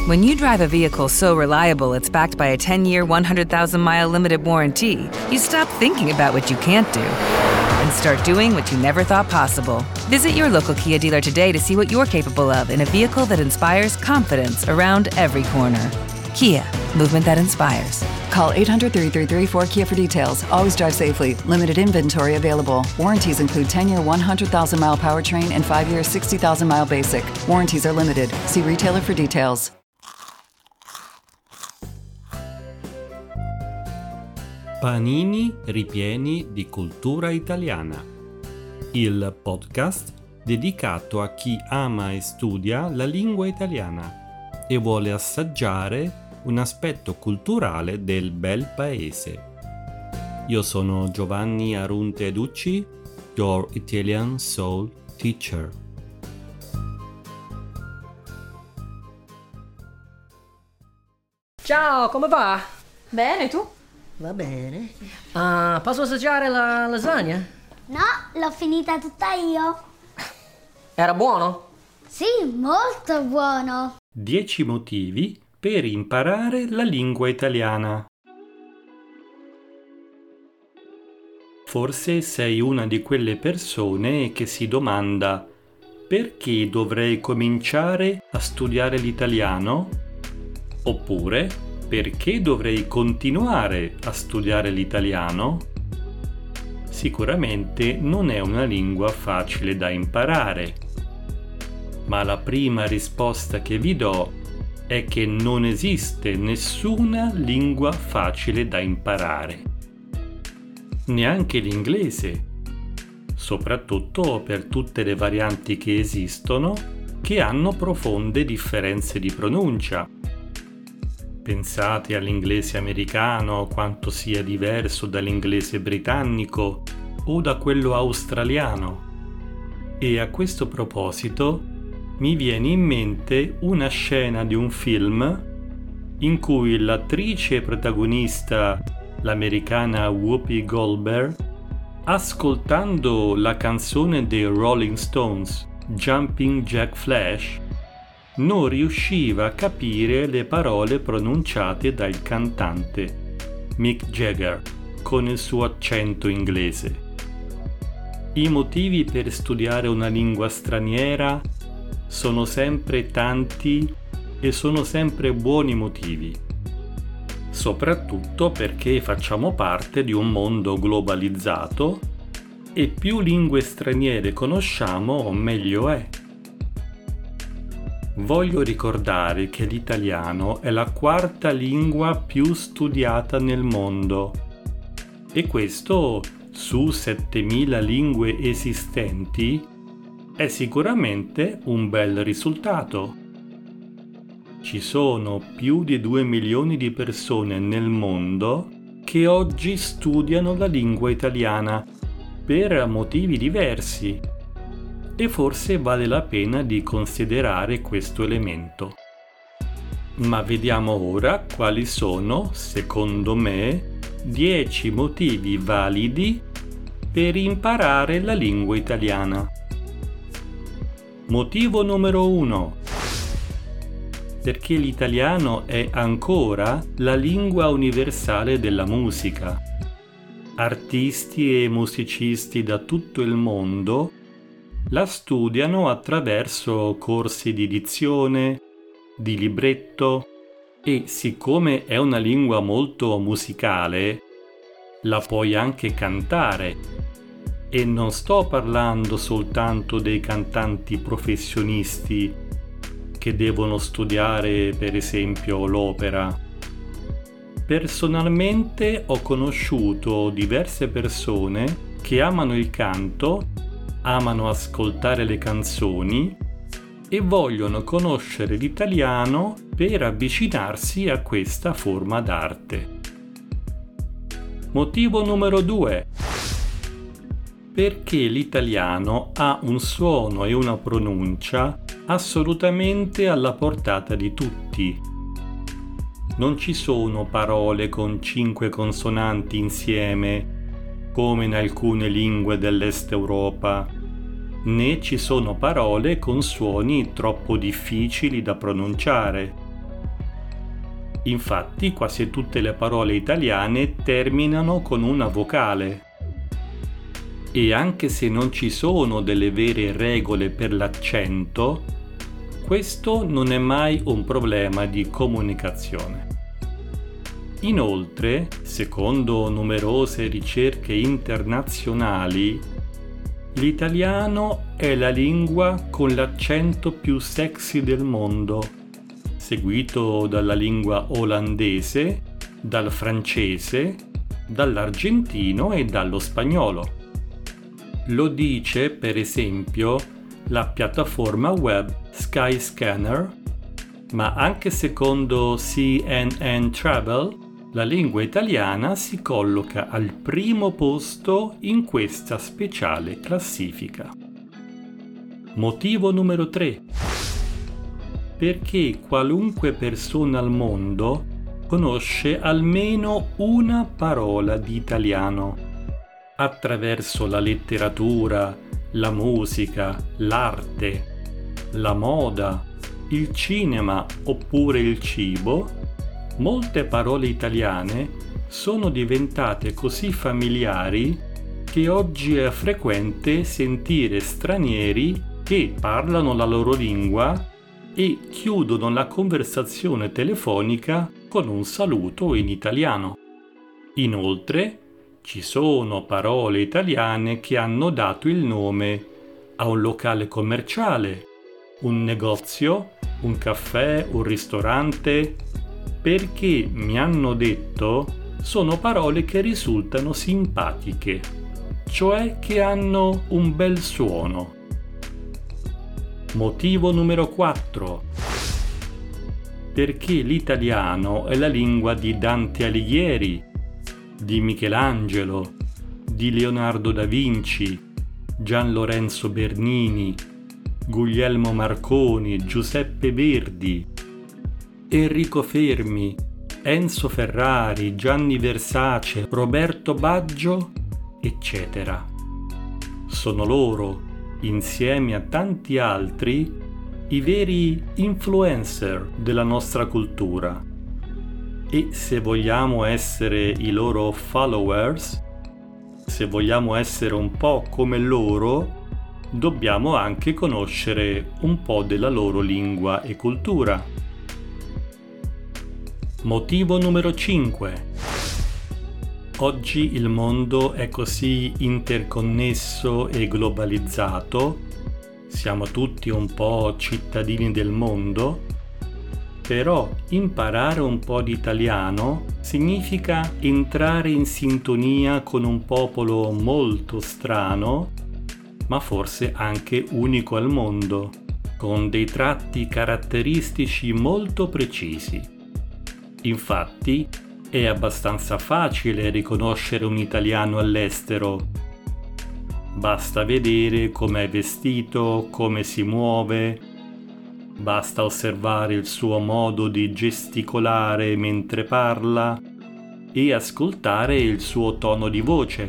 When you drive a vehicle so reliable it's backed by a 10-year, 100,000-mile limited warranty, you stop thinking about what you can't do and start doing what you never thought possible. Visit your local Kia dealer today to see what you're capable of in a vehicle that inspires confidence around every corner. Kia, movement that inspires. Call 800-333-4KIA for details. Always drive safely. Limited inventory available. Warranties include 10-year 100,000-mile powertrain and 5-year 60,000-mile basic. Warranties are limited. See retailer for details. Panini ripieni di cultura italiana. Il podcast dedicato a chi ama e studia la lingua italiana e vuole assaggiare un aspetto culturale del bel paese. Io sono Giovanni Arunte Ducci, your Italian Soul Teacher. Ciao, come va? Bene, tu? Va bene. Posso assaggiare la lasagna? No, l'ho finita tutta io. Era buono? Sì, molto buono. 10 motivi per imparare la lingua italiana. Forse sei una di quelle persone che si domanda: perché dovrei cominciare a studiare l'italiano? Oppure, perché dovrei continuare a studiare l'italiano? Sicuramente non è una lingua facile da imparare, ma la prima risposta che vi do è che non esiste nessuna lingua facile da imparare. Neanche l'inglese, soprattutto per tutte le varianti che esistono, che hanno profonde differenze di pronuncia. Pensate all'inglese americano, quanto sia diverso dall'inglese britannico o da quello australiano. E a questo proposito mi viene in mente una scena di un film in cui l'attrice protagonista, l'americana Whoopi Goldberg, ascoltando la canzone dei Rolling Stones, Jumping Jack Flash, non riusciva a capire le parole pronunciate dal cantante Mick Jagger con il suo accento inglese. I motivi per studiare una lingua straniera sono sempre tanti e sono sempre buoni motivi, soprattutto perché facciamo parte di un mondo globalizzato e più lingue straniere conosciamo, meglio è. Voglio ricordare che l'italiano è la quarta lingua più studiata nel mondo e questo su 7.000 lingue esistenti è sicuramente un bel risultato. Ci sono più di 2 milioni di persone nel mondo che oggi studiano la lingua italiana per motivi diversi e forse vale la pena di considerare questo elemento. Ma vediamo ora quali sono, secondo me, 10 motivi validi per imparare la lingua italiana. Motivo numero 1. Perché l'italiano è ancora la lingua universale della musica. Artisti e musicisti da tutto il mondo la studiano attraverso corsi di dizione, di libretto e siccome è una lingua molto musicale, la puoi anche cantare. E non sto parlando soltanto dei cantanti professionisti che devono studiare per esempio l'opera. Personalmente ho conosciuto diverse persone che amano il canto, amano ascoltare le canzoni e vogliono conoscere l'italiano per avvicinarsi a questa forma d'arte. Motivo numero 2. Perché l'italiano ha un suono e una pronuncia assolutamente alla portata di tutti. Non ci sono parole con 5 consonanti insieme, come in alcune lingue dell'Est Europa, né ci sono parole con suoni troppo difficili da pronunciare, Infatti quasi tutte le parole italiane terminano con una vocale. E anche se non ci sono delle vere regole per l'accento, questo non è mai un problema di comunicazione. Inoltre, secondo numerose ricerche internazionali, l'italiano è la lingua con l'accento più sexy del mondo, seguito dalla lingua olandese, dal francese, dall'argentino e dallo spagnolo. Lo dice, per esempio, la piattaforma web Skyscanner, ma anche secondo CNN Travel, la lingua italiana si colloca al primo posto in questa speciale classifica. Motivo numero 3. Perché qualunque persona al mondo conosce almeno una parola di italiano. Attraverso la letteratura, la musica, l'arte, la moda, il cinema oppure il cibo, molte parole italiane sono diventate così familiari che oggi è frequente sentire stranieri che parlano la loro lingua e chiudono la conversazione telefonica con un saluto in italiano. Inoltre, ci sono parole italiane che hanno dato il nome a un locale commerciale, un negozio, un caffè, un ristorante, perché mi hanno detto sono parole che risultano simpatiche, cioè che hanno un bel suono. Motivo numero 4. Perché l'italiano è la lingua di Dante Alighieri, di Michelangelo, di Leonardo da Vinci, Gian Lorenzo Bernini, Guglielmo Marconi, Giuseppe Verdi, Enrico Fermi, Enzo Ferrari, Gianni Versace, Roberto Baggio, eccetera. Sono loro, insieme a tanti altri, i veri influencer della nostra cultura. E se vogliamo essere i loro followers, se vogliamo essere un po' come loro, dobbiamo anche conoscere un po' della loro lingua e cultura. Motivo numero 5. Oggi il mondo è così interconnesso e globalizzato, siamo tutti un po' cittadini del mondo, però imparare un po' di italiano significa entrare in sintonia con un popolo molto strano, ma forse anche unico al mondo, con dei tratti caratteristici molto precisi. Infatti, è abbastanza facile riconoscere un italiano all'estero. Basta vedere come è vestito, come si muove, basta osservare il suo modo di gesticolare mentre parla e ascoltare il suo tono di voce.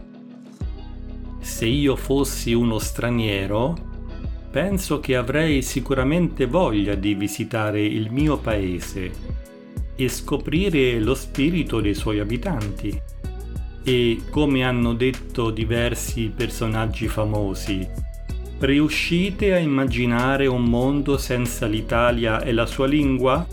Se io fossi uno straniero, penso che avrei sicuramente voglia di visitare il mio paese e scoprire lo spirito dei suoi abitanti. E come hanno detto diversi personaggi famosi, riuscite a immaginare un mondo senza l'Italia e la sua lingua?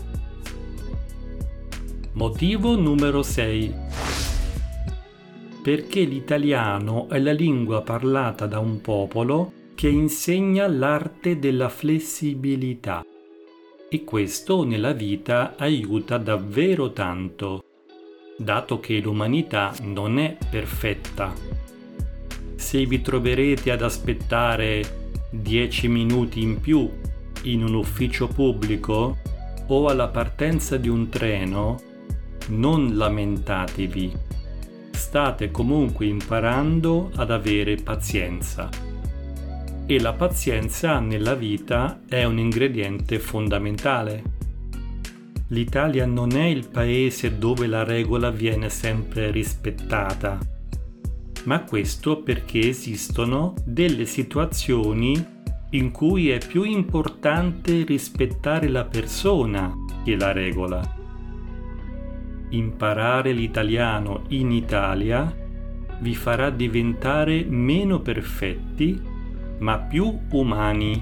Motivo numero 6. Perché l'italiano è la lingua parlata da un popolo che insegna l'arte della flessibilità. E questo nella vita aiuta davvero tanto, dato che l'umanità non è perfetta. Se vi troverete ad aspettare 10 minuti in più in un ufficio pubblico o alla partenza di un treno, non lamentatevi. State comunque imparando ad avere pazienza. E la pazienza nella vita è un ingrediente fondamentale. L'Italia non è il paese dove la regola viene sempre rispettata, ma questo perché esistono delle situazioni in cui è più importante rispettare la persona che la regola. imparare l'italiano in Italia vi farà diventare meno perfetti, ma più umani.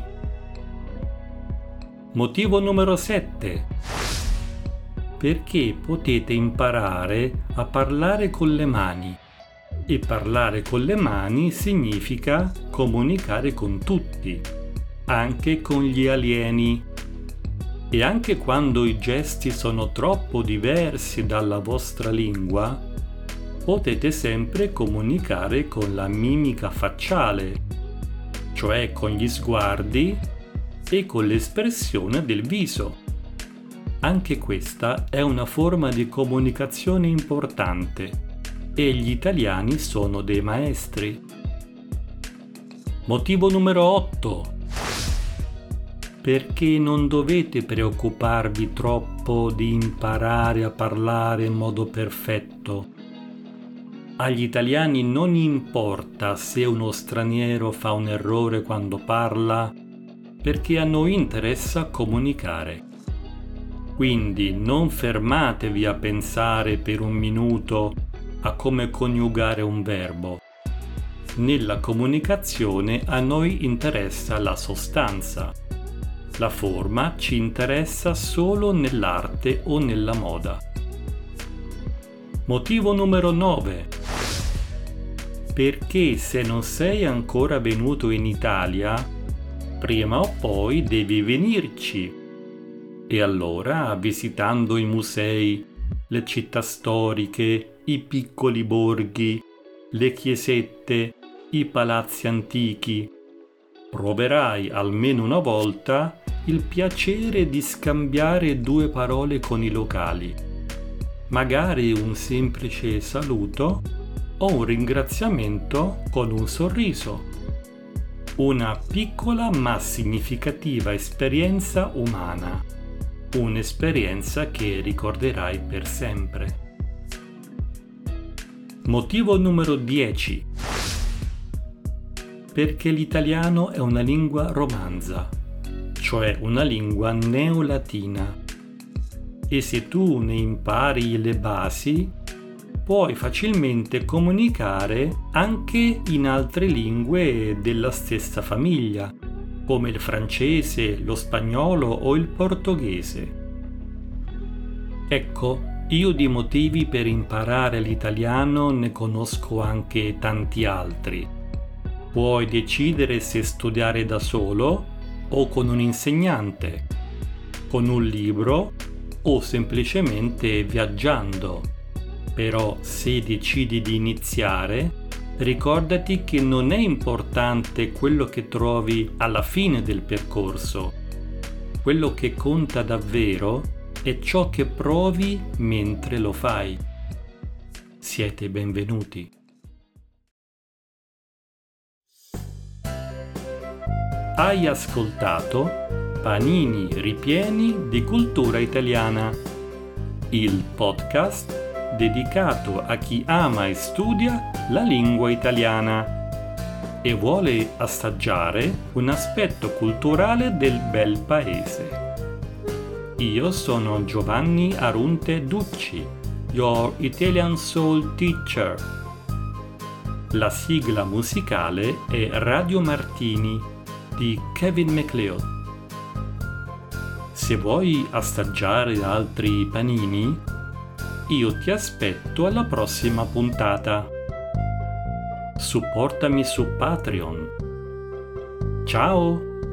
Motivo numero 7. Perché potete imparare a parlare con le mani. E parlare con le mani significa comunicare con tutti, anche con gli alieni. E anche quando i gesti sono troppo diversi dalla vostra lingua, potete sempre comunicare con la mimica facciale, cioè con gli sguardi e con l'espressione del viso. Anche questa è una forma di comunicazione importante e gli italiani sono dei maestri. Motivo numero 8. Perché non dovete preoccuparvi troppo di imparare a parlare in modo perfetto. Agli italiani non importa se uno straniero fa un errore quando parla, perché a noi interessa comunicare. Quindi non fermatevi a pensare per un minuto a come coniugare un verbo. Nella comunicazione a noi interessa la sostanza. La forma ci interessa solo nell'arte o nella moda. Motivo numero 9. Perché se non sei ancora venuto in Italia, prima o poi devi venirci. E allora, visitando i musei, le città storiche, i piccoli borghi, le chiesette, i palazzi antichi, proverai almeno una volta il piacere di scambiare 2 parole con i locali. Magari un semplice saluto o un ringraziamento con un sorriso. Una piccola ma significativa esperienza umana. Un'esperienza che ricorderai per sempre. Motivo numero 10. Perché l'italiano è una lingua romanza, cioè una lingua neolatina. E se tu ne impari le basi, puoi facilmente comunicare anche in altre lingue della stessa famiglia, come il francese, lo spagnolo o il portoghese. Ecco, io di motivi per imparare l'italiano ne conosco anche tanti altri. Puoi decidere se studiare da solo o con un insegnante, con un libro o semplicemente viaggiando. Però se decidi di iniziare, ricordati che non è importante quello che trovi alla fine del percorso. Quello che conta davvero è ciò che provi mentre lo fai. Siete benvenuti. Hai ascoltato Panini ripieni di cultura italiana, il podcast dedicato a chi ama e studia la lingua italiana e vuole assaggiare un aspetto culturale del bel paese. Io sono Giovanni Arunte Ducci, your Italian Soul Teacher. La sigla musicale è Radio Martini di Kevin MacLeod. Se vuoi assaggiare altri panini, io ti aspetto alla prossima puntata. Supportami su Patreon. Ciao!